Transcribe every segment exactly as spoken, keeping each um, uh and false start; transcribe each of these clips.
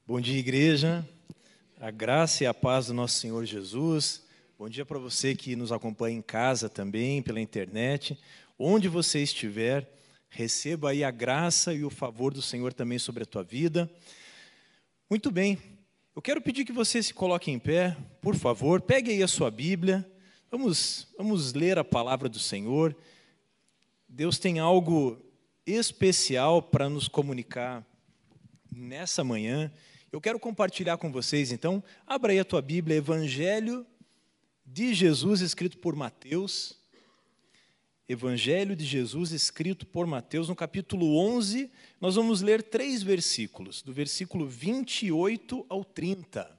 Bom dia, igreja. A graça e a paz do nosso Senhor Jesus. Bom dia para você que nos acompanha em casa também, pela internet. Onde você estiver, receba aí a graça e o favor do Senhor também sobre a tua vida. Muito bem. Eu quero pedir que você se coloque em pé, por favor. Pegue aí a sua Bíblia. Vamos, vamos ler a palavra do Senhor. Deus tem algo especial para nos comunicar nessa manhã. Eu quero compartilhar com vocês, então, abra aí a tua Bíblia, Evangelho de Jesus, escrito por Mateus. Evangelho de Jesus, escrito por Mateus, no capítulo onze, nós vamos ler três versículos, do versículo vinte e oito ao trinta.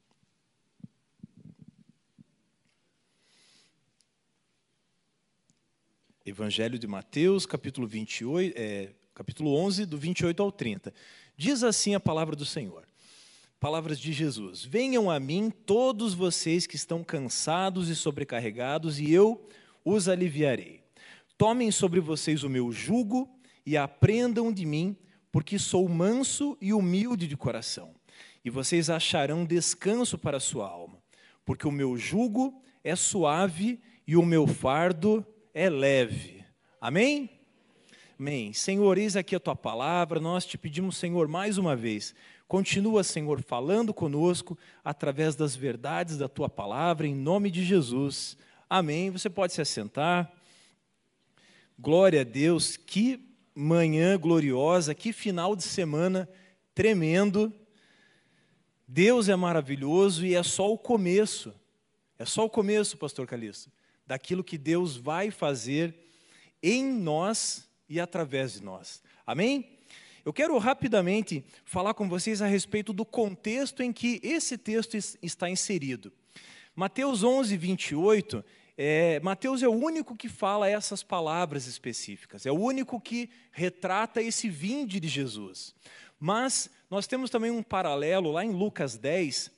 Evangelho de Mateus, capítulo, vinte e oito, é, capítulo onze, do vinte e oito ao trinta. Diz assim a palavra do Senhor. Palavras de Jesus: venham a mim todos vocês que estão cansados e sobrecarregados, e eu os aliviarei. Tomem sobre vocês o meu jugo e aprendam de mim, porque sou manso e humilde de coração. E vocês acharão descanso para a sua alma, porque o meu jugo é suave e o meu fardo é leve. Amém? Amém. Senhor, eis aqui a tua palavra, nós te pedimos, Senhor, mais uma vez, continua, Senhor, falando conosco através das verdades da tua palavra, em nome de Jesus. Amém. Você pode se assentar. Glória a Deus, que manhã gloriosa, que final de semana tremendo. Deus é maravilhoso e é só o começo, é só o começo, pastor Calixto, daquilo que Deus vai fazer em nós e através de nós. Amém? Eu quero rapidamente falar com vocês a respeito do contexto em que esse texto está inserido. Mateus onze, vinte e oito, é, Mateus é o único que fala essas palavras específicas, é o único que retrata esse vinde de Jesus. Mas nós temos também um paralelo lá em Lucas dez,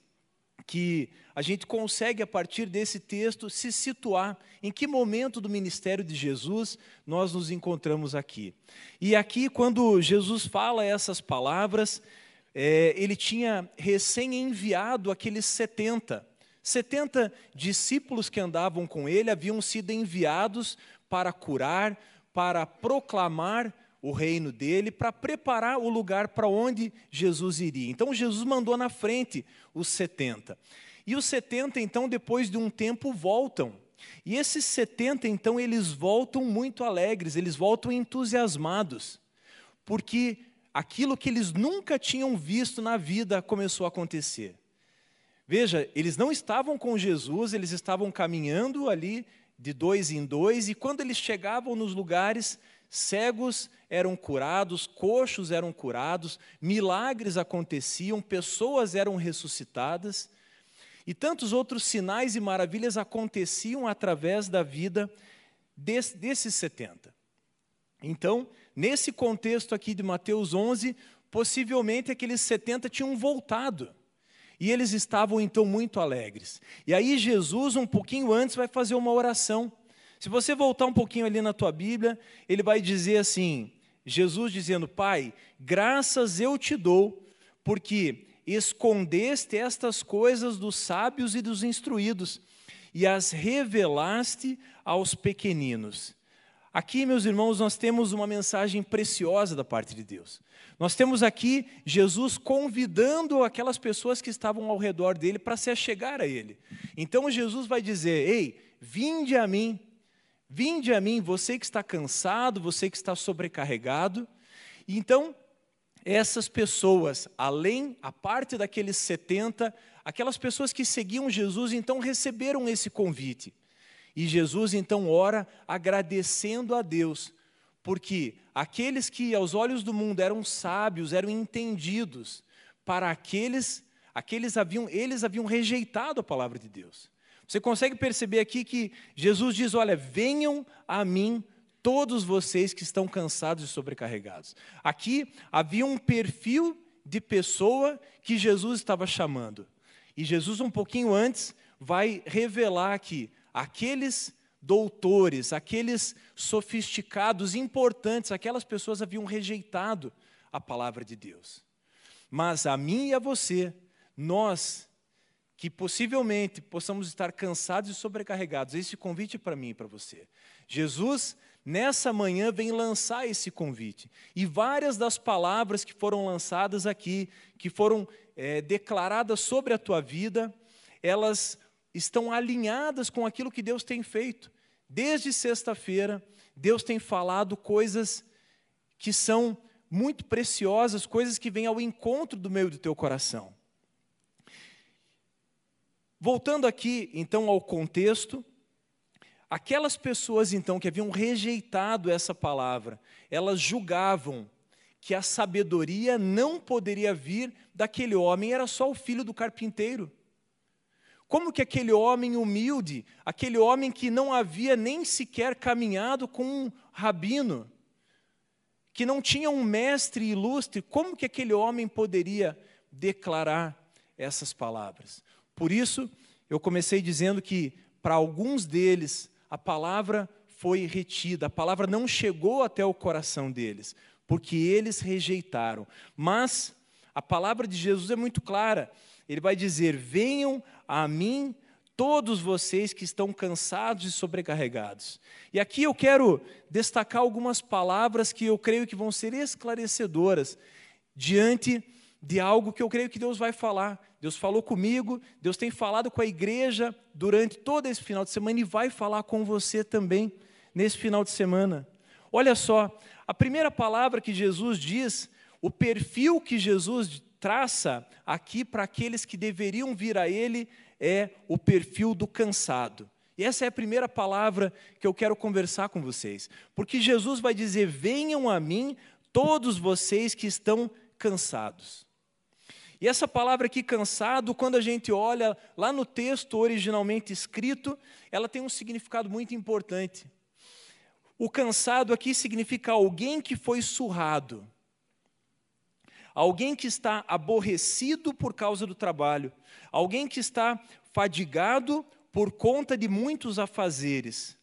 que a gente consegue, a partir desse texto, se situar em que momento do ministério de Jesus nós nos encontramos aqui. E aqui, quando Jesus fala essas palavras, é, ele tinha recém-enviado aqueles setenta. setenta discípulos que andavam com ele haviam sido enviados para curar, para proclamar o reino dele, para preparar o lugar para onde Jesus iria. Então, Jesus mandou na frente os setenta. E os setenta, então, depois de um tempo, voltam. E esses setenta, então, eles voltam muito alegres, eles voltam entusiasmados, porque aquilo que eles nunca tinham visto na vida começou a acontecer. Veja, eles não estavam com Jesus, eles estavam caminhando ali de dois em dois, e quando eles chegavam nos lugares, cegos eram curados, coxos eram curados, milagres aconteciam, pessoas eram ressuscitadas, e tantos outros sinais e maravilhas aconteciam através da vida desse, desses setenta. Então, nesse contexto aqui de Mateus onze, possivelmente aqueles setenta tinham voltado, e eles estavam então muito alegres. E aí Jesus, um pouquinho antes, vai fazer uma oração. Se você voltar um pouquinho ali na tua Bíblia, ele vai dizer assim, Jesus dizendo: Pai, graças eu te dou, porque escondeste estas coisas dos sábios e dos instruídos, e as revelaste aos pequeninos. Aqui, meus irmãos, nós temos uma mensagem preciosa da parte de Deus. Nós temos aqui Jesus convidando aquelas pessoas que estavam ao redor dele para se achegar a ele. Então Jesus vai dizer: ei, vinde a mim, vinde a mim, você que está cansado, você que está sobrecarregado. E então, essas pessoas, além, a parte daqueles setenta, aquelas pessoas que seguiam Jesus, então receberam esse convite. E Jesus então ora agradecendo a Deus, porque aqueles que aos olhos do mundo eram sábios, eram entendidos, para aqueles, aqueles haviam, eles haviam rejeitado a palavra de Deus. Você consegue perceber aqui que Jesus diz: olha, venham a mim todos vocês que estão cansados e sobrecarregados. Aqui havia um perfil de pessoa que Jesus estava chamando. E Jesus, um pouquinho antes, vai revelar que aqueles doutores, aqueles sofisticados, importantes, aquelas pessoas haviam rejeitado a palavra de Deus. Mas a mim e a você, nós que possivelmente possamos estar cansados e sobrecarregados, esse convite é para mim e para você. Jesus, nessa manhã, vem lançar esse convite. E várias das palavras que foram lançadas aqui, que foram é, declaradas sobre a tua vida, elas estão alinhadas com aquilo que Deus tem feito. Desde sexta-feira, Deus tem falado coisas que são muito preciosas, coisas que vêm ao encontro do meio do teu coração. Voltando aqui, então, ao contexto, aquelas pessoas, então, que haviam rejeitado essa palavra, elas julgavam que a sabedoria não poderia vir daquele homem, era só o filho do carpinteiro. Como que aquele homem humilde, aquele homem que não havia nem sequer caminhado com um rabino, que não tinha um mestre ilustre, como que aquele homem poderia declarar essas palavras? Por isso, eu comecei dizendo que, para alguns deles, a palavra foi retida, a palavra não chegou até o coração deles, porque eles rejeitaram. Mas a palavra de Jesus é muito clara, ele vai dizer, venham a mim todos vocês que estão cansados e sobrecarregados. E aqui eu quero destacar algumas palavras que eu creio que vão ser esclarecedoras diante de algo que eu creio que Deus vai falar. Deus falou comigo, Deus tem falado com a igreja durante todo esse final de semana e vai falar com você também nesse final de semana. Olha só, a primeira palavra que Jesus diz, o perfil que Jesus traça aqui para aqueles que deveriam vir a Ele é o perfil do cansado. E essa é a primeira palavra que eu quero conversar com vocês. Porque Jesus vai dizer, venham a mim todos vocês que estão cansados. E essa palavra aqui, cansado, quando a gente olha lá no texto originalmente escrito, ela tem um significado muito importante. O cansado aqui significa alguém que foi surrado. Alguém que está aborrecido por causa do trabalho. Alguém que está fadigado por conta de muitos afazeres.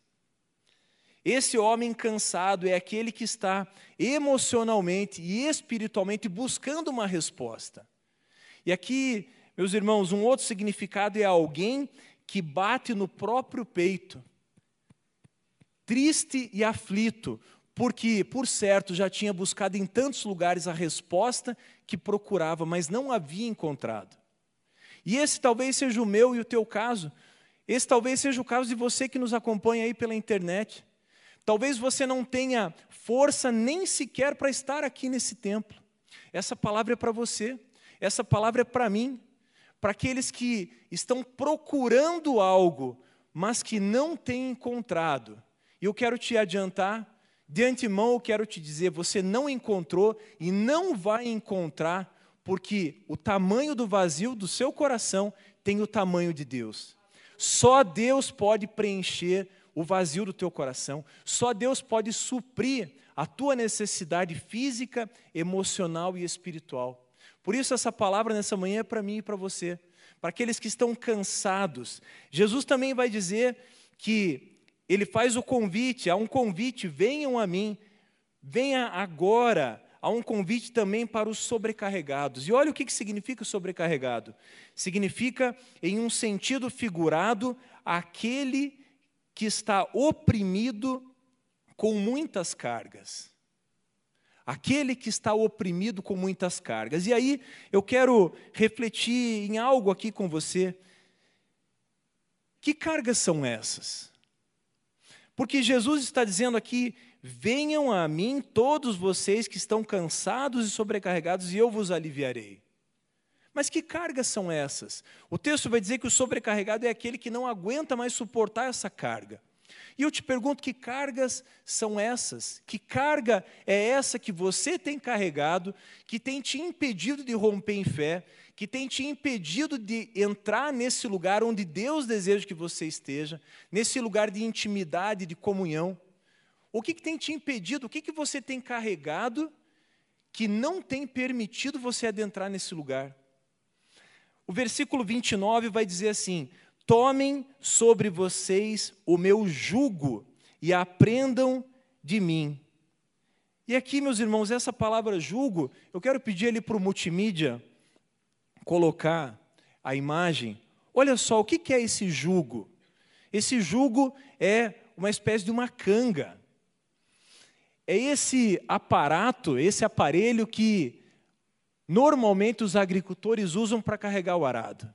Esse homem cansado é aquele que está emocionalmente e espiritualmente buscando uma resposta. E aqui, meus irmãos, um outro significado é alguém que bate no próprio peito, triste e aflito, porque, por certo, já tinha buscado em tantos lugares a resposta que procurava, mas não havia encontrado. E esse talvez seja o meu e o teu caso. Esse talvez seja o caso de você que nos acompanha aí pela internet. Talvez você não tenha força nem sequer para estar aqui nesse templo. Essa palavra é para você. Essa palavra é para mim, para aqueles que estão procurando algo, mas que não têm encontrado. E eu quero te adiantar, de antemão eu quero te dizer, você não encontrou e não vai encontrar, porque o tamanho do vazio do seu coração tem o tamanho de Deus. Só Deus pode preencher o vazio do teu coração, só Deus pode suprir a tua necessidade física, emocional e espiritual. Por isso essa palavra nessa manhã é para mim e para você, para aqueles que estão cansados. Jesus também vai dizer que Ele faz o convite, há um convite, venham a mim, venha agora. Há um convite também para os sobrecarregados. E olha o que que significa sobrecarregado. Significa, em um sentido figurado, aquele que está oprimido com muitas cargas. Aquele que está oprimido com muitas cargas. E aí, eu quero refletir em algo aqui com você. Que cargas são essas? Porque Jesus está dizendo aqui, venham a mim todos vocês que estão cansados e sobrecarregados, e eu vos aliviarei. Mas que cargas são essas? O texto vai dizer que o sobrecarregado é aquele que não aguenta mais suportar essa carga. E eu te pergunto, que cargas são essas? Que carga é essa que você tem carregado, que tem te impedido de romper em fé, que tem te impedido de entrar nesse lugar onde Deus deseja que você esteja, nesse lugar de intimidade, de comunhão? O que, que tem te impedido? O que, que você tem carregado que não tem permitido você adentrar nesse lugar? O versículo vinte e nove vai dizer assim, tomem sobre vocês o meu jugo e aprendam de mim. E aqui, meus irmãos, essa palavra jugo, eu quero pedir ali para o multimídia, colocar a imagem, olha só, o que é esse jugo? Esse jugo é uma espécie de uma canga. É esse aparato, esse aparelho que normalmente os agricultores usam para carregar o arado.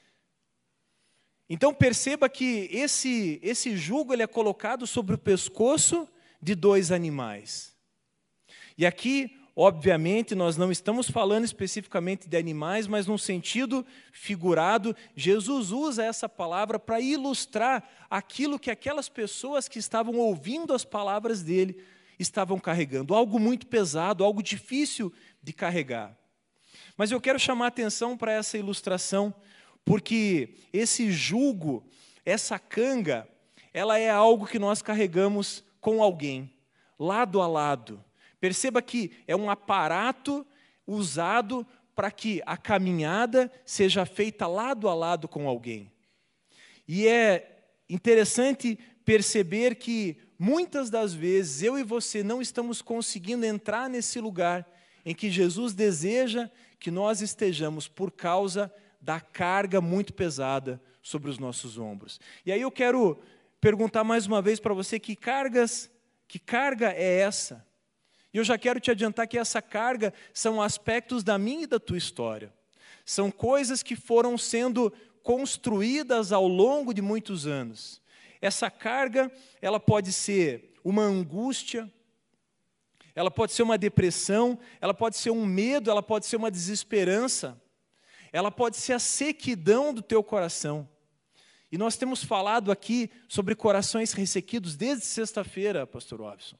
Então perceba que esse, esse jugo ele é colocado sobre o pescoço de dois animais. E aqui, obviamente, nós não estamos falando especificamente de animais, mas num sentido figurado, Jesus usa essa palavra para ilustrar aquilo que aquelas pessoas que estavam ouvindo as palavras dele estavam carregando. Algo muito pesado, algo difícil de carregar. Mas eu quero chamar a atenção para essa ilustração, porque esse jugo, essa canga, ela é algo que nós carregamos com alguém, lado a lado. Perceba que é um aparato usado para que a caminhada seja feita lado a lado com alguém. E é interessante perceber que, muitas das vezes, eu e você não estamos conseguindo entrar nesse lugar em que Jesus deseja que nós estejamos por causa da carga muito pesada sobre os nossos ombros. E aí eu quero perguntar mais uma vez para você, que cargas, que carga é essa? E eu já quero te adiantar que essa carga são aspectos da minha e da tua história. São coisas que foram sendo construídas ao longo de muitos anos. Essa carga, ela pode ser uma angústia, ela pode ser uma depressão, ela pode ser um medo, ela pode ser uma desesperança, ela pode ser a sequidão do teu coração. E nós temos falado aqui sobre corações ressequidos desde sexta-feira, pastor Robson.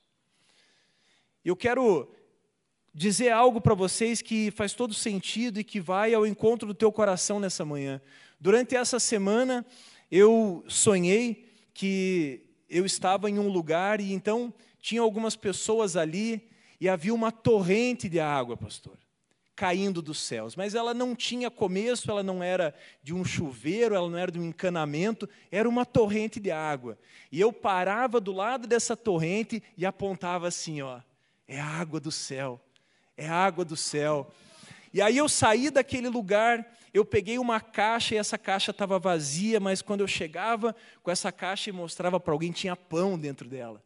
Eu quero dizer algo para vocês que faz todo sentido e que vai ao encontro do teu coração nessa manhã. Durante essa semana, eu sonhei que eu estava em um lugar e então tinha algumas pessoas ali e havia uma torrente de água, pastor, caindo dos céus. Mas ela não tinha começo, ela não era de um chuveiro, ela não era de um encanamento, era uma torrente de água. E eu parava do lado dessa torrente e apontava assim, ó, é a água do céu, é a água do céu. E aí eu saí daquele lugar, eu peguei uma caixa e essa caixa estava vazia, mas quando eu chegava com essa caixa e mostrava para alguém, tinha pão dentro dela.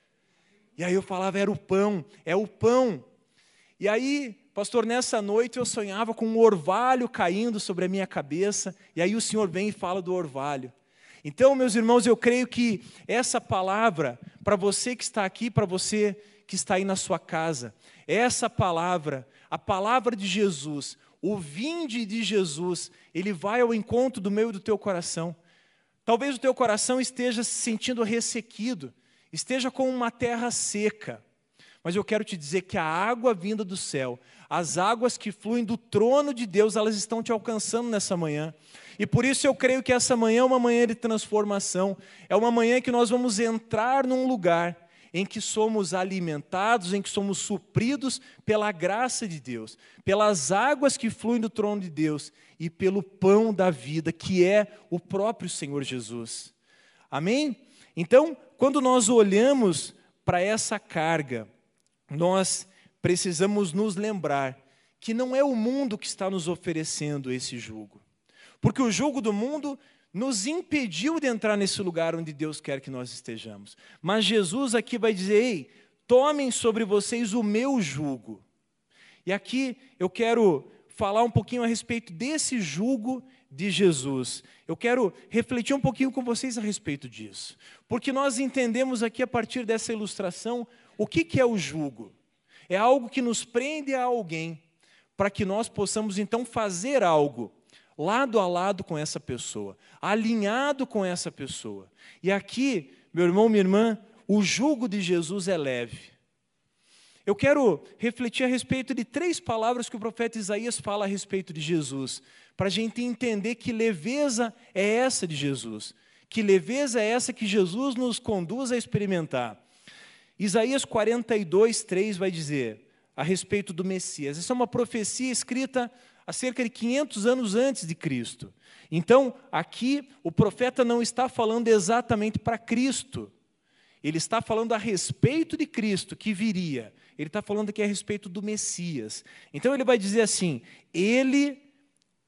E aí eu falava, era o pão, é o pão. E aí, pastor, nessa noite eu sonhava com um orvalho caindo sobre a minha cabeça, e aí o Senhor vem e fala do orvalho. Então, meus irmãos, eu creio que essa palavra, para você que está aqui, para você que está aí na sua casa, essa palavra, a palavra de Jesus, o vinde de Jesus, ele vai ao encontro do meu e do teu coração. Talvez o teu coração esteja se sentindo ressequido, esteja com uma terra seca, mas eu quero te dizer que a água vinda do céu, as águas que fluem do trono de Deus, elas estão te alcançando nessa manhã. E por isso eu creio que essa manhã é uma manhã de transformação, é uma manhã que nós vamos entrar num lugar em que somos alimentados, em que somos supridos pela graça de Deus, pelas águas que fluem do trono de Deus e pelo pão da vida, que é o próprio Senhor Jesus. Amém? Então, quando nós olhamos para essa carga, nós precisamos nos lembrar que não é o mundo que está nos oferecendo esse jugo. Porque o jugo do mundo nos impediu de entrar nesse lugar onde Deus quer que nós estejamos. Mas Jesus aqui vai dizer, ei, tomem sobre vocês o meu jugo. E aqui eu quero falar um pouquinho a respeito desse jugo de Jesus. Eu quero refletir um pouquinho com vocês a respeito disso. Porque nós entendemos aqui, a partir dessa ilustração, o que que é o jugo. É algo que nos prende a alguém, para que nós possamos então fazer algo lado a lado com essa pessoa, alinhado com essa pessoa. E aqui, meu irmão, minha irmã, o jugo de Jesus é leve. Eu quero refletir a respeito de três palavras que o profeta Isaías fala a respeito de Jesus, para a gente entender que leveza é essa de Jesus, que leveza é essa que Jesus nos conduz a experimentar. Isaías quarenta e dois, três vai dizer a respeito do Messias. Essa é uma profecia escrita há cerca de quinhentos anos antes de Cristo. Então, aqui, o profeta não está falando exatamente para Cristo. Ele está falando a respeito de Cristo, que viria. Ele está falando aqui a respeito do Messias. Então, ele vai dizer assim, ele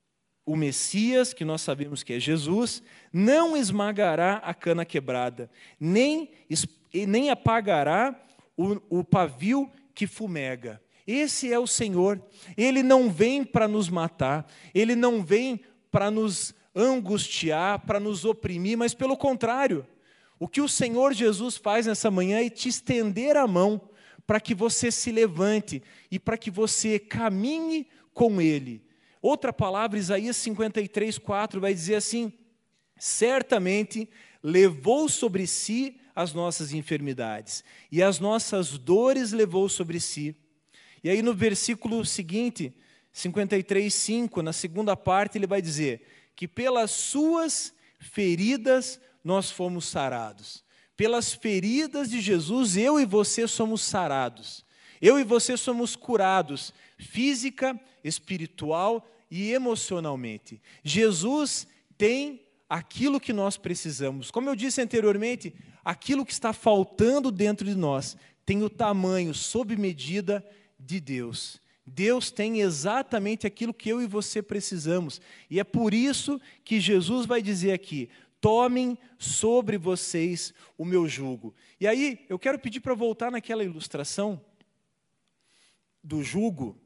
o Messias, que nós sabemos que é Jesus, não esmagará a cana quebrada, nem, nem apagará o, o pavio que fumega. Esse é o Senhor. Ele não vem para nos matar, Ele não vem para nos angustiar, para nos oprimir, mas pelo contrário, o que o Senhor Jesus faz nessa manhã é te estender a mão para que você se levante e para que você caminhe com Ele. Outra palavra, Isaías cinquenta e três, quatro, vai dizer assim: certamente levou sobre si as nossas enfermidades, e as nossas dores levou sobre si. E aí no versículo seguinte, cinquenta e três, cinco, na segunda parte, ele vai dizer que pelas suas feridas nós fomos sarados. Pelas feridas de Jesus, eu e você somos sarados. Eu e você somos curados, física, espiritual e emocionalmente. Jesus tem aquilo que nós precisamos. Como eu disse anteriormente, aquilo que está faltando dentro de nós tem o tamanho, sob medida de Deus. Deus tem exatamente aquilo que eu e você precisamos. E é por isso que Jesus vai dizer aqui: tomem sobre vocês o meu jugo. E aí, eu quero pedir para voltar naquela ilustração do jugo.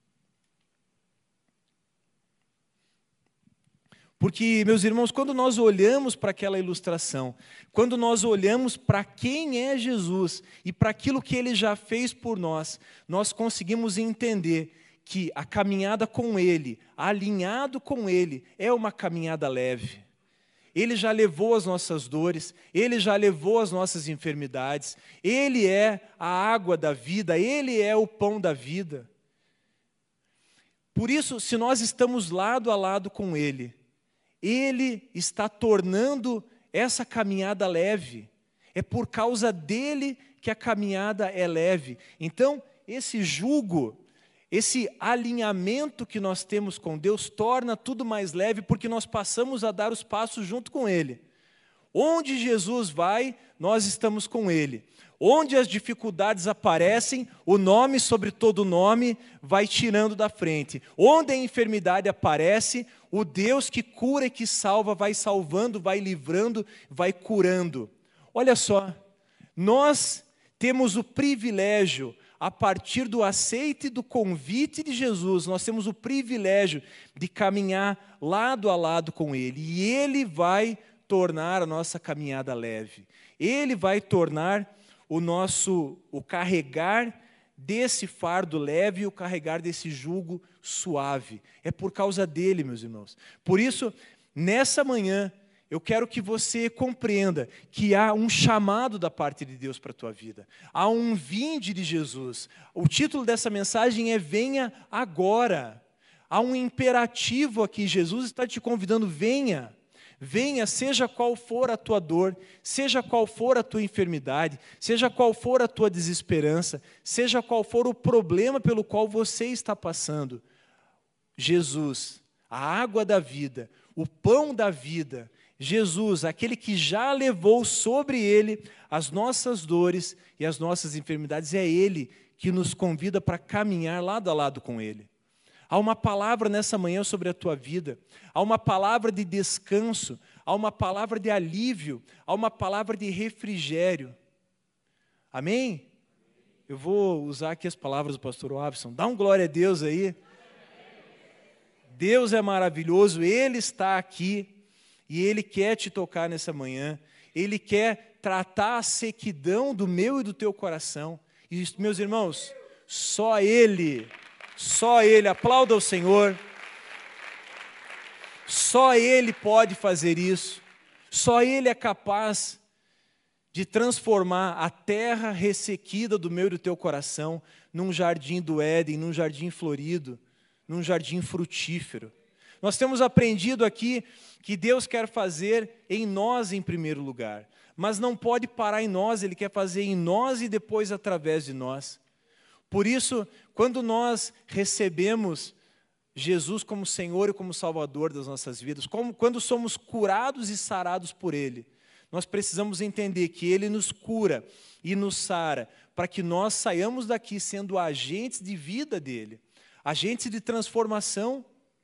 Porque, meus irmãos, quando nós olhamos para aquela ilustração, quando nós olhamos para quem é Jesus e para aquilo que Ele já fez por nós, nós conseguimos entender que a caminhada com Ele, alinhado com Ele, é uma caminhada leve. Ele já levou as nossas dores, Ele já levou as nossas enfermidades, Ele é a água da vida, Ele é o pão da vida. Por isso, se nós estamos lado a lado com Ele, Ele está tornando essa caminhada leve. É por causa dele que a caminhada é leve. Então, esse jugo, esse alinhamento que nós temos com Deus torna tudo mais leve, porque nós passamos a dar os passos junto com Ele. Onde Jesus vai, nós estamos com Ele. Onde as dificuldades aparecem, o nome sobre todo nome vai tirando da frente. Onde a enfermidade aparece, o Deus que cura e que salva vai salvando, vai livrando, vai curando. Olha só, nós temos o privilégio, a partir do aceite e do convite de Jesus, nós temos o privilégio de caminhar lado a lado com Ele. E Ele vai tornar a nossa caminhada leve. Ele vai tornar o nosso, o carregar desse fardo leve e o carregar desse jugo suave. É por causa dele, meus irmãos. Por isso, nessa manhã, eu quero que você compreenda que há um chamado da parte de Deus para a tua vida. Há um vinde de Jesus. O título dessa mensagem é Venha Agora. Há um imperativo aqui. Jesus está te convidando, venha. Venha, seja qual for a tua dor, seja qual for a tua enfermidade, seja qual for a tua desesperança, seja qual for o problema pelo qual você está passando. Jesus, a água da vida, o pão da vida, Jesus, aquele que já levou sobre Ele as nossas dores e as nossas enfermidades, é Ele que nos convida para caminhar lado a lado com Ele. Há uma palavra nessa manhã sobre a tua vida, há uma palavra de descanso, há uma palavra de alívio, há uma palavra de refrigério. Amém? Eu vou usar aqui as palavras do pastor Wabson. Dá um glória a Deus aí. Deus é maravilhoso, Ele está aqui e Ele quer te tocar nessa manhã. Ele quer tratar a sequidão do meu e do teu coração. E, meus irmãos, só Ele... Só Ele, aplauda o Senhor, só Ele pode fazer isso, só Ele é capaz de transformar a terra ressequida do meu e do teu coração num jardim do Éden, num jardim florido, num jardim frutífero. Nós temos aprendido aqui que Deus quer fazer em nós em primeiro lugar, mas não pode parar em nós, Ele quer fazer em nós e depois através de nós. Por isso, quando nós recebemos Jesus como Senhor e como Salvador das nossas vidas, como, quando somos curados e sarados por Ele, nós precisamos entender que Ele nos cura e nos sara, para que nós saiamos daqui sendo agentes de vida dEle, agentes de transformação,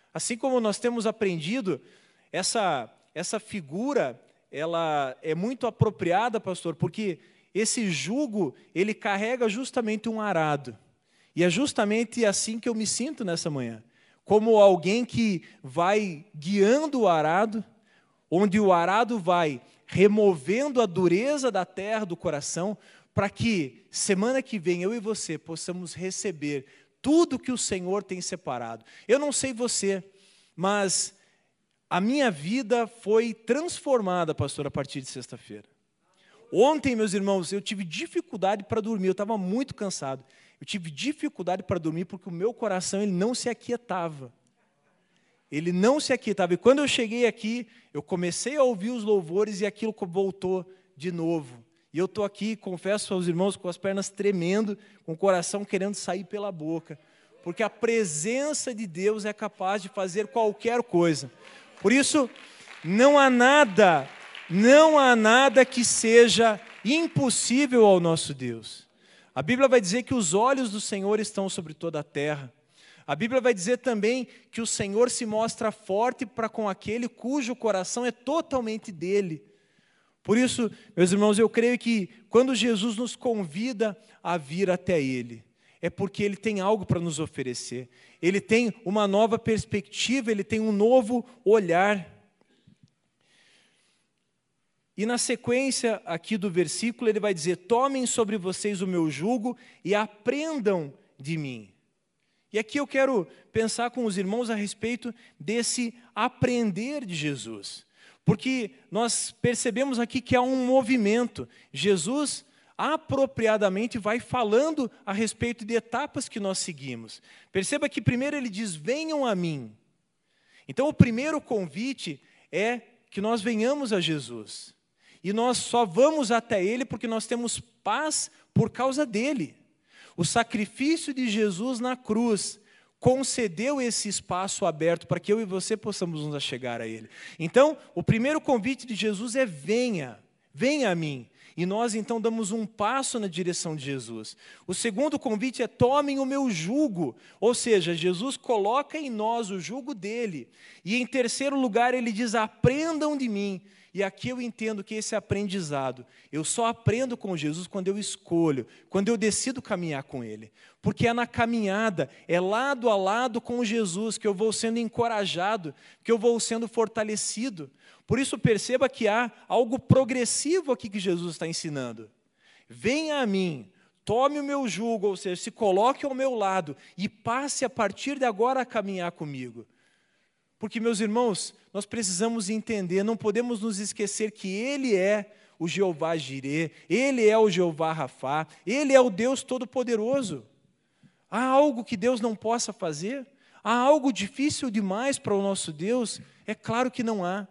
Assim como nós temos aprendido, essa, essa figura, ela é muito apropriada, pastor, porque esse jugo, ele carrega justamente um arado. E é justamente assim que eu me sinto nessa manhã. Como alguém que vai guiando o arado, onde o arado vai removendo a dureza da terra, do coração, para que semana que vem eu e você possamos receber tudo que o Senhor tem separado. Eu não sei você, mas a minha vida foi transformada, pastor, a partir de sexta-feira. Ontem, meus irmãos, eu tive dificuldade para dormir, eu estava muito cansado. Eu tive dificuldade para dormir porque o meu coração ele não se aquietava. Ele não se aquietava. E quando eu cheguei aqui, eu comecei a ouvir os louvores e aquilo voltou de novo. E eu estou aqui, confesso aos irmãos, com as pernas tremendo, com o coração querendo sair pela boca. Porque a presença de Deus é capaz de fazer qualquer coisa. Por isso, não há nada, não há nada que seja impossível ao nosso Deus. A Bíblia vai dizer que os olhos do Senhor estão sobre toda a terra. A Bíblia vai dizer também que o Senhor se mostra forte para com aquele cujo coração é totalmente dele. Por isso, meus irmãos, eu creio que quando Jesus nos convida a vir até Ele, é porque Ele tem algo para nos oferecer. Ele tem uma nova perspectiva, Ele tem um novo olhar. E na sequência aqui do versículo, ele vai dizer: tomem sobre vocês o meu jugo e aprendam de mim. E aqui eu quero pensar com os irmãos a respeito desse aprender de Jesus. Porque nós percebemos aqui que há um movimento. Jesus apropriadamente vai falando a respeito de etapas que nós seguimos. Perceba que primeiro ele diz: venham a mim. Então o primeiro convite é que nós venhamos a Jesus. E nós só vamos até Ele porque nós temos paz por causa dEle. O sacrifício de Jesus na cruz concedeu esse espaço aberto para que eu e você possamos nos achegar a Ele. Então, o primeiro convite de Jesus é: venha, venha a mim. E nós então damos um passo na direção de Jesus. O segundo convite é: tomem o meu jugo. Ou seja, Jesus coloca em nós o jugo dele. E em terceiro lugar ele diz: aprendam de mim. E aqui eu entendo que esse aprendizado, eu só aprendo com Jesus quando eu escolho, quando eu decido caminhar com Ele. Porque é na caminhada, é lado a lado com Jesus que eu vou sendo encorajado, que eu vou sendo fortalecido. Por isso perceba que há algo progressivo aqui que Jesus está ensinando. Venha a mim, tome o meu jugo, ou seja, se coloque ao meu lado e passe a partir de agora a caminhar comigo. Porque, meus irmãos, nós precisamos entender, não podemos nos esquecer que Ele é o Jeová Jirê, Ele é o Jeová Rafá, Ele é o Deus Todo-Poderoso. Há algo que Deus não possa fazer? Há algo difícil demais para o nosso Deus? É claro que não há.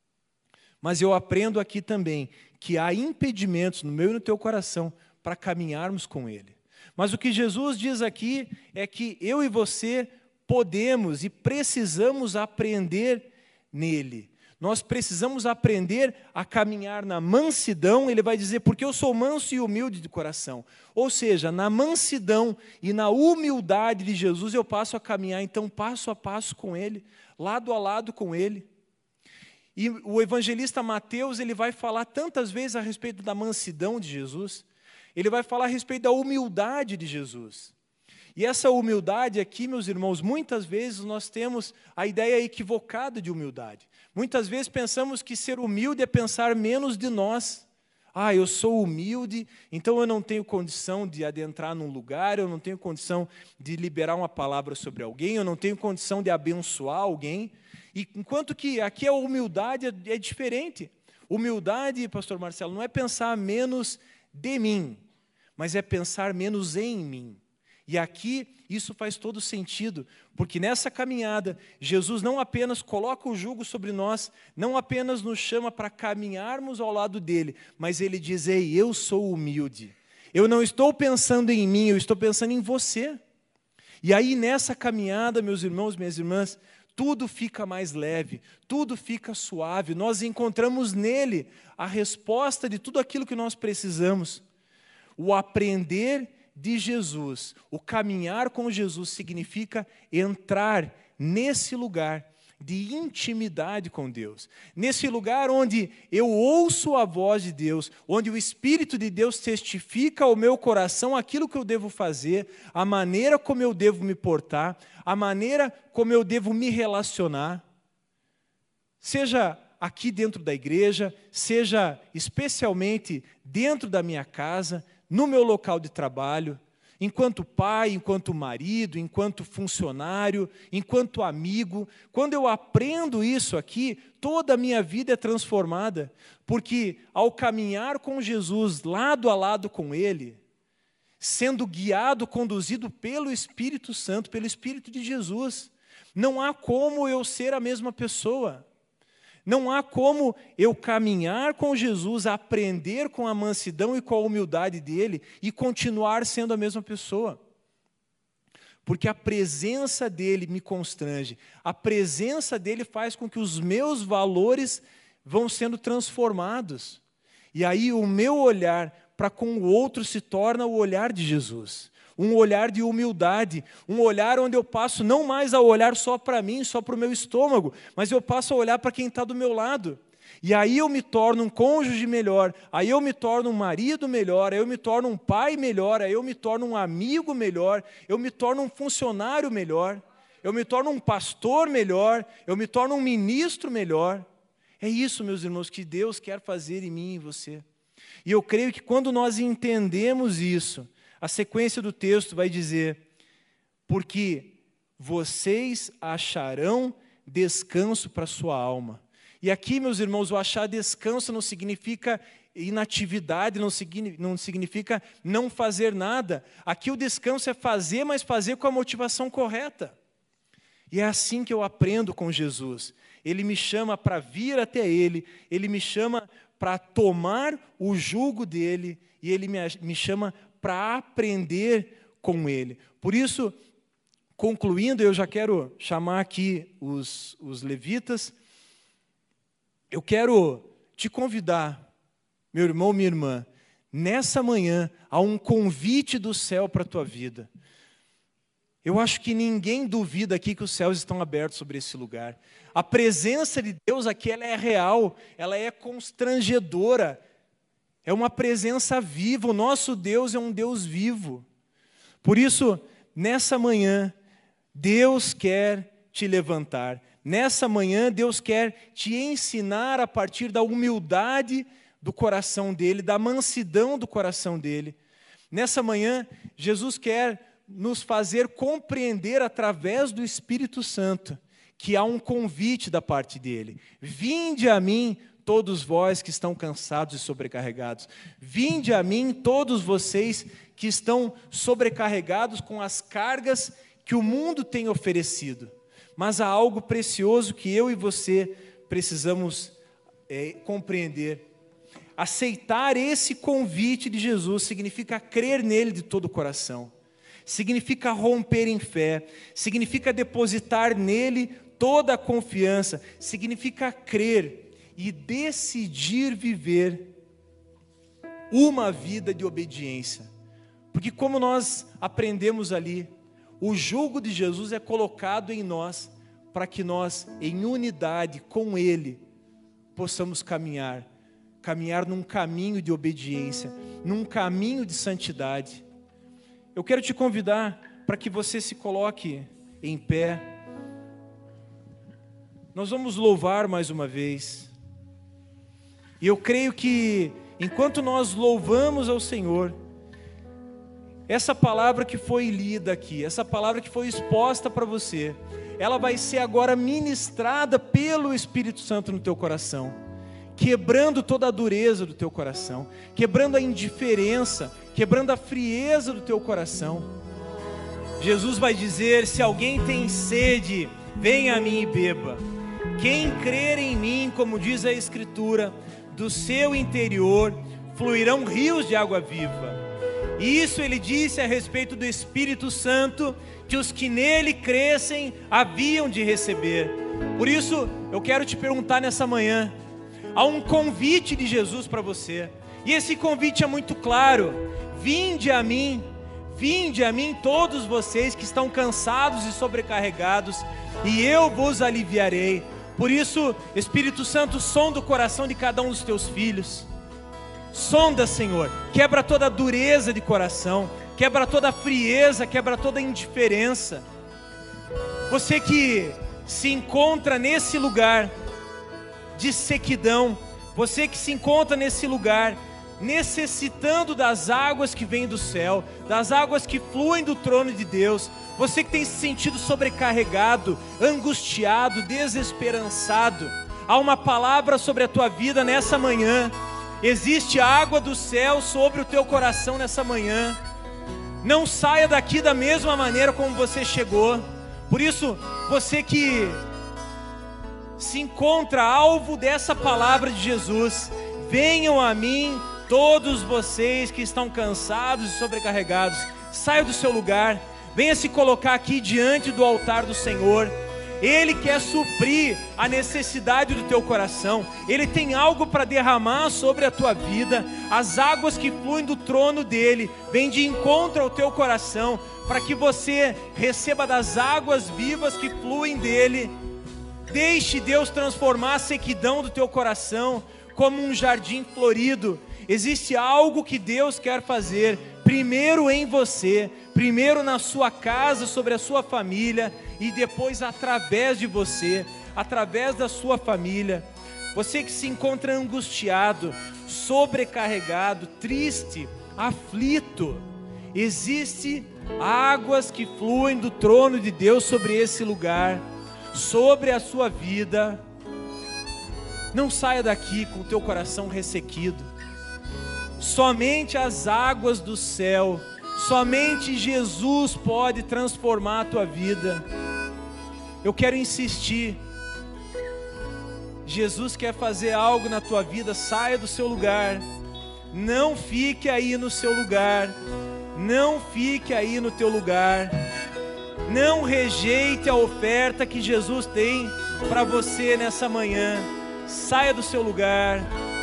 Mas eu aprendo aqui também que há impedimentos no meu e no teu coração para caminharmos com Ele. Mas o que Jesus diz aqui é que eu e você podemos e precisamos aprender nele. Nós precisamos aprender a caminhar na mansidão. Ele vai dizer: porque eu sou manso e humilde de coração. Ou seja, na mansidão e na humildade de Jesus eu passo a caminhar, então, passo a passo com Ele, lado a lado com Ele. E o evangelista Mateus, ele vai falar tantas vezes a respeito da mansidão de Jesus, ele vai falar a respeito da humildade de Jesus. E essa humildade aqui, meus irmãos, muitas vezes nós temos a ideia equivocada de humildade. Muitas vezes pensamos que ser humilde é pensar menos de nós. Ah, eu sou humilde, então eu não tenho condição de adentrar num lugar, eu não tenho condição de liberar uma palavra sobre alguém, eu não tenho condição de abençoar alguém. E enquanto que aqui a humildade é diferente. Humildade, pastor Marcelo, não é pensar menos de mim, mas é pensar menos em mim. E aqui isso faz todo sentido, porque nessa caminhada, Jesus não apenas coloca o jugo sobre nós, não apenas nos chama para caminharmos ao lado dele, mas ele diz: ei, eu sou humilde, eu não estou pensando em mim, eu estou pensando em você. E aí nessa caminhada, meus irmãos, minhas irmãs, tudo fica mais leve, tudo fica suave, nós encontramos nele a resposta de tudo aquilo que nós precisamos. O aprender de Jesus, o caminhar com Jesus significa entrar nesse lugar de intimidade com Deus, nesse lugar onde eu ouço a voz de Deus, onde o Espírito de Deus testifica ao meu coração aquilo que eu devo fazer, a maneira como eu devo me portar, a maneira como eu devo me relacionar, seja aqui dentro da igreja, seja especialmente dentro da minha casa, no meu local de trabalho, enquanto pai, enquanto marido, enquanto funcionário, enquanto amigo. Quando eu aprendo isso aqui, toda a minha vida é transformada, porque ao caminhar com Jesus, lado a lado com Ele, sendo guiado, conduzido pelo Espírito Santo, pelo Espírito de Jesus, não há como eu ser a mesma pessoa. Não há como eu caminhar com Jesus, aprender com a mansidão e com a humildade dele e continuar sendo a mesma pessoa. Porque a presença dele me constrange. A presença dele faz com que os meus valores vão sendo transformados. E aí o meu olhar para com o outro se torna o olhar de Jesus. Um olhar de humildade, um olhar onde eu passo não mais a olhar só para mim, só para o meu estômago, mas eu passo a olhar para quem está do meu lado. E aí eu me torno um cônjuge melhor, aí eu me torno um marido melhor, aí eu me torno um pai melhor, aí eu me torno um amigo melhor, eu me torno um funcionário melhor, eu me torno um pastor melhor, eu me torno um ministro melhor. É isso, meus irmãos, que Deus quer fazer em mim e em você. E eu creio que quando nós entendemos isso, a sequência do texto vai dizer, porque vocês acharão descanso para a sua alma. E aqui, meus irmãos, o achar descanso não significa inatividade, não significa não fazer nada. Aqui o descanso é fazer, mas fazer com a motivação correta. E é assim que eu aprendo com Jesus. Ele me chama para vir até Ele, Ele me chama para tomar o jugo dEle, e Ele me, me chama para aprender com Ele. Por isso, concluindo, eu já quero chamar aqui os, os levitas. Eu quero te convidar, meu irmão, minha irmã, nessa manhã, a um convite do céu para a tua vida. Eu acho que ninguém duvida aqui que os céus estão abertos sobre esse lugar. A presença de Deus aqui, ela é real, ela é constrangedora. É uma presença viva, o nosso Deus é um Deus vivo. Por isso, nessa manhã, Deus quer te levantar. Nessa manhã, Deus quer te ensinar a partir da humildade do coração dEle, da mansidão do coração dEle. Nessa manhã, Jesus quer nos fazer compreender através do Espírito Santo que há um convite da parte dEle. Vinde a mim, todos vós que estão cansados e sobrecarregados. Vinde a mim, todos vocês que estão sobrecarregados com as cargas que o mundo tem oferecido. Mas há algo precioso que eu e você precisamos é, compreender. Aceitar esse convite de Jesus significa crer nele de todo o coração. Significa romper em fé. Significa depositar nele toda a confiança. Significa crer e decidir viver uma vida de obediência. Porque como nós aprendemos ali, o jugo de Jesus é colocado em nós para que nós, em unidade com Ele, possamos caminhar, caminhar num caminho de obediência, num caminho de santidade. Eu quero te convidar para que você se coloque em pé. Nós vamos louvar mais uma vez. E eu creio que, enquanto nós louvamos ao Senhor, essa palavra que foi lida aqui, essa palavra que foi exposta para você, ela vai ser agora ministrada pelo Espírito Santo no teu coração, quebrando toda a dureza do teu coração, quebrando a indiferença, quebrando a frieza do teu coração. Jesus vai dizer: se alguém tem sede, venha a mim e beba. Quem crer em mim, como diz a Escritura, do seu interior fluirão rios de água viva. E isso ele disse a respeito do Espírito Santo, que os que nele crescem haviam de receber. Por isso, eu quero te perguntar nessa manhã, há um convite de Jesus para você, e esse convite é muito claro: vinde a mim, Vinde a mim todos vocês que estão cansados e sobrecarregados, e eu vos aliviarei. Por isso, Espírito Santo, sonda o coração de cada um dos teus filhos. Sonda, Senhor, quebra toda a dureza de coração, quebra toda a frieza, quebra toda a indiferença. Você que se encontra nesse lugar de sequidão, você que se encontra nesse lugar necessitando das águas que vêm do céu, das águas que fluem do trono de Deus, você que tem se sentido sobrecarregado, angustiado, desesperançado, há uma palavra sobre a tua vida nessa manhã. Existe água do céu sobre o teu coração nessa manhã. Não saia daqui da mesma maneira como você chegou. Por isso, você que se encontra alvo dessa palavra de Jesus, venham a mim todos vocês que estão cansados e sobrecarregados. Saia do seu lugar, venha se colocar aqui diante do altar do Senhor. Ele quer suprir a necessidade do teu coração. Ele tem algo para derramar sobre a tua vida. As águas que fluem do trono dele vêm de encontro ao teu coração, para que você receba das águas vivas que fluem dele. Deixe Deus transformar a sequidão do teu coração como um jardim florido. Existe algo que Deus quer fazer, primeiro em você, primeiro na sua casa, sobre a sua família, e depois através de você, através da sua família. Você que se encontra angustiado, sobrecarregado, triste, aflito, existe águas que fluem do trono de Deus sobre esse lugar, sobre a sua vida. Não saia daqui com o teu coração ressequido. Somente as águas do céu, somente Jesus pode transformar a tua vida. Eu quero insistir. Jesus quer fazer algo na tua vida. Saia do seu lugar. Não fique aí no seu lugar. Não fique aí no teu lugar. Não rejeite a oferta que Jesus tem para você nessa manhã. Saia do seu lugar.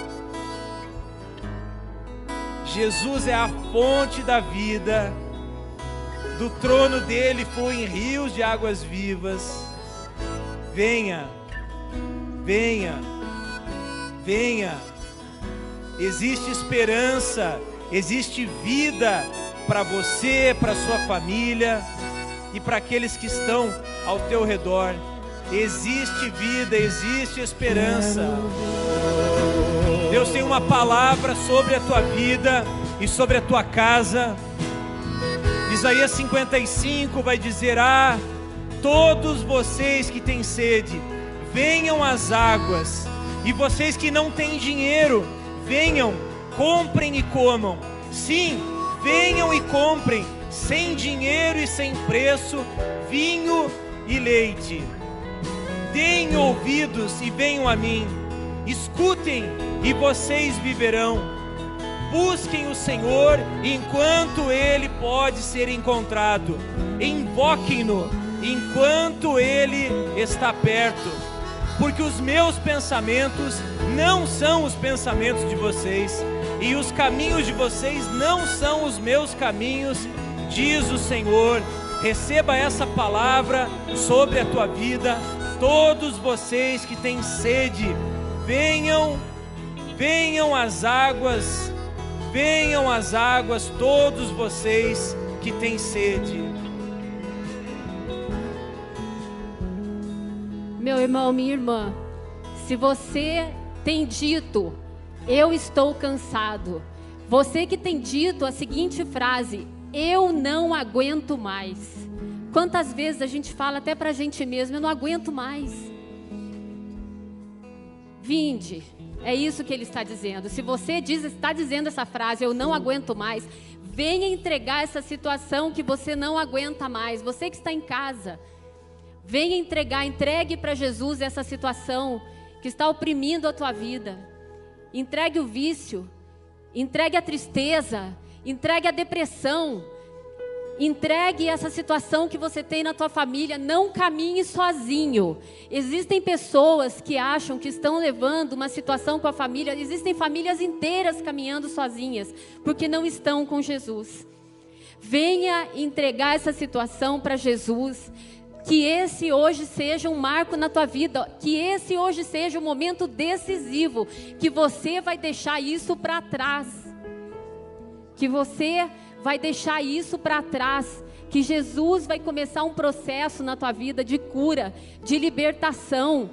Jesus é a fonte da vida. Do trono dele fluem rios de águas vivas. Venha, venha, venha. Existe esperança, existe vida para você, para sua família e para aqueles que estão ao teu redor. Existe vida, existe esperança. Deus tem uma palavra sobre a tua vida e sobre a tua casa. Isaías cinquenta e cinco vai dizer: ah, todos vocês que têm sede, venham às águas. E vocês que não têm dinheiro, venham, comprem e comam. Sim, venham e comprem, sem dinheiro e sem preço, vinho e leite. Deem ouvidos e venham a mim. Escutem e vocês viverão. Busquem o Senhor enquanto Ele pode ser encontrado. Invoquem-no enquanto Ele está perto. Porque os meus pensamentos não são os pensamentos de vocês, e os caminhos de vocês não são os meus caminhos, diz o Senhor. Receba essa palavra sobre a tua vida. Todos vocês que têm sede, venham, venham às águas, venham às águas, todos vocês que têm sede. Meu irmão, minha irmã, se você tem dito, eu estou cansado, você que tem dito a seguinte frase: eu não aguento mais. Quantas vezes a gente fala até pra gente mesmo: eu não aguento mais. Vinde, é isso que ele está dizendo. Se você diz, está dizendo essa frase, eu não aguento mais, venha entregar essa situação que você não aguenta mais. Você que está em casa, venha entregar, entregue para Jesus essa situação que está oprimindo a tua vida. Entregue o vício, entregue a tristeza, entregue a depressão, entregue essa situação que você tem na tua família. Não caminhe sozinho. Existem pessoas que acham que estão levando uma situação com a família. Existem famílias inteiras caminhando sozinhas, porque não estão com Jesus. Venha entregar essa situação para Jesus. Que esse hoje seja um marco na tua vida, que esse hoje seja um momento decisivo, que você vai deixar isso para trás, que você vai deixar isso para trás, que Jesus vai começar um processo na tua vida de cura, de libertação.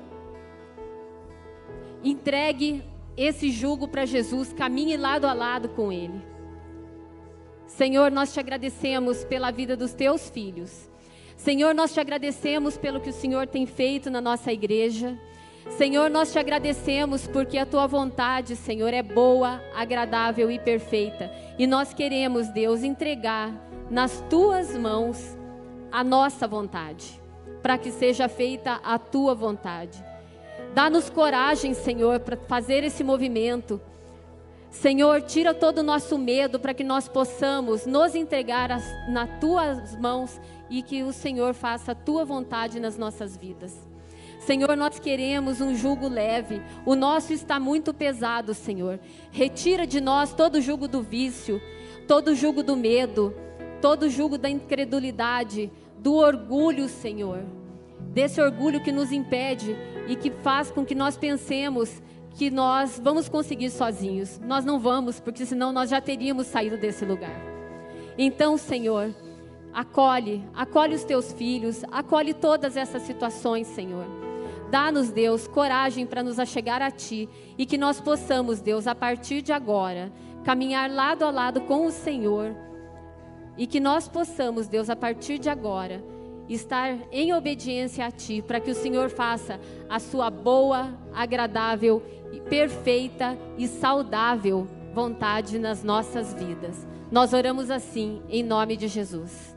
Entregue esse jugo para Jesus, caminhe lado a lado com Ele. Senhor, nós te agradecemos pela vida dos teus filhos. Senhor, nós te agradecemos pelo que o Senhor tem feito na nossa igreja. Senhor, nós te agradecemos porque a tua vontade, Senhor, é boa, agradável e perfeita. E nós queremos, Deus, entregar nas tuas mãos a nossa vontade, para que seja feita a tua vontade. Dá-nos coragem, Senhor, para fazer esse movimento. Senhor, tira todo o nosso medo para que nós possamos nos entregar as, nas tuas mãos e que o Senhor faça a tua vontade nas nossas vidas. Senhor, nós queremos um jugo leve, o nosso está muito pesado, Senhor. Retira de nós todo o jugo do vício, todo o jugo do medo, todo o jugo da incredulidade, do orgulho, Senhor. Desse orgulho que nos impede e que faz com que nós pensemos que nós vamos conseguir sozinhos. Nós não vamos, porque senão nós já teríamos saído desse lugar. Então, Senhor, acolhe, acolhe os teus filhos, acolhe todas essas situações, Senhor. Dá-nos, Deus, coragem para nos achegar a Ti e que nós possamos, Deus, a partir de agora, caminhar lado a lado com o Senhor e que nós possamos, Deus, a partir de agora, estar em obediência a Ti, para que o Senhor faça a sua boa, agradável, perfeita e saudável vontade nas nossas vidas. Nós oramos assim, em nome de Jesus.